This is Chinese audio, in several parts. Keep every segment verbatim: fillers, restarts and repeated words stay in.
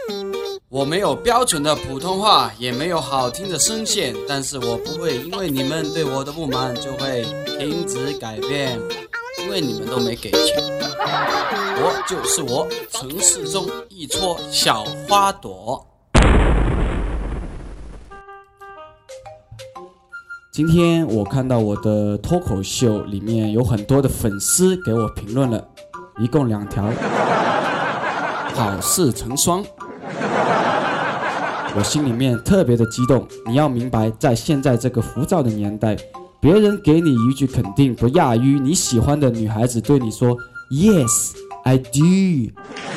我没有标准的普通话，也没有好听的声线，但是我不会因为你们对我的不满就会停止改变，因为你们都没给钱。我就是我，城市中一撮小花朵。今天我看到我的脱口秀里面有很多的粉丝给我评论了，一共两条，好事成双。我心里面特别的激动。你要明白，在现在这个浮躁的年代，别人给你一句肯定，不亚于你喜欢的女孩子对你说 Yes, I do。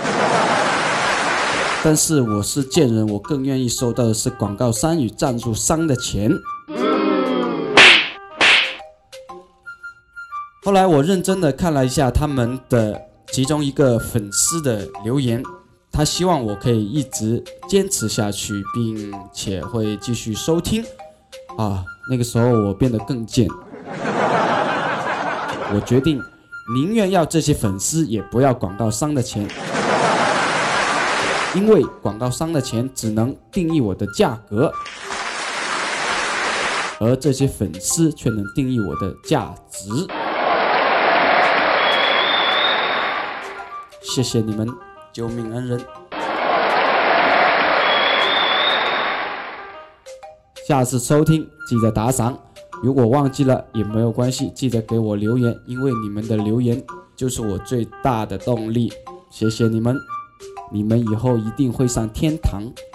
但是我是贱人，我更愿意收到的是广告商与赞助商的钱。后来我认真的看了一下他们的其中一个粉丝的留言，他希望我可以一直坚持下去，并且会继续收听啊。那个时候我变得更贱，我决定宁愿要这些粉丝也不要广告商的钱，因为广告商的钱只能定义我的价格，而这些粉丝却能定义我的价值。谢谢你们，救命恩人。下次收听记得打赏，如果忘记了也没有关系，记得给我留言，因为你们的留言就是我最大的动力。谢谢你们，你们以后一定会上天堂。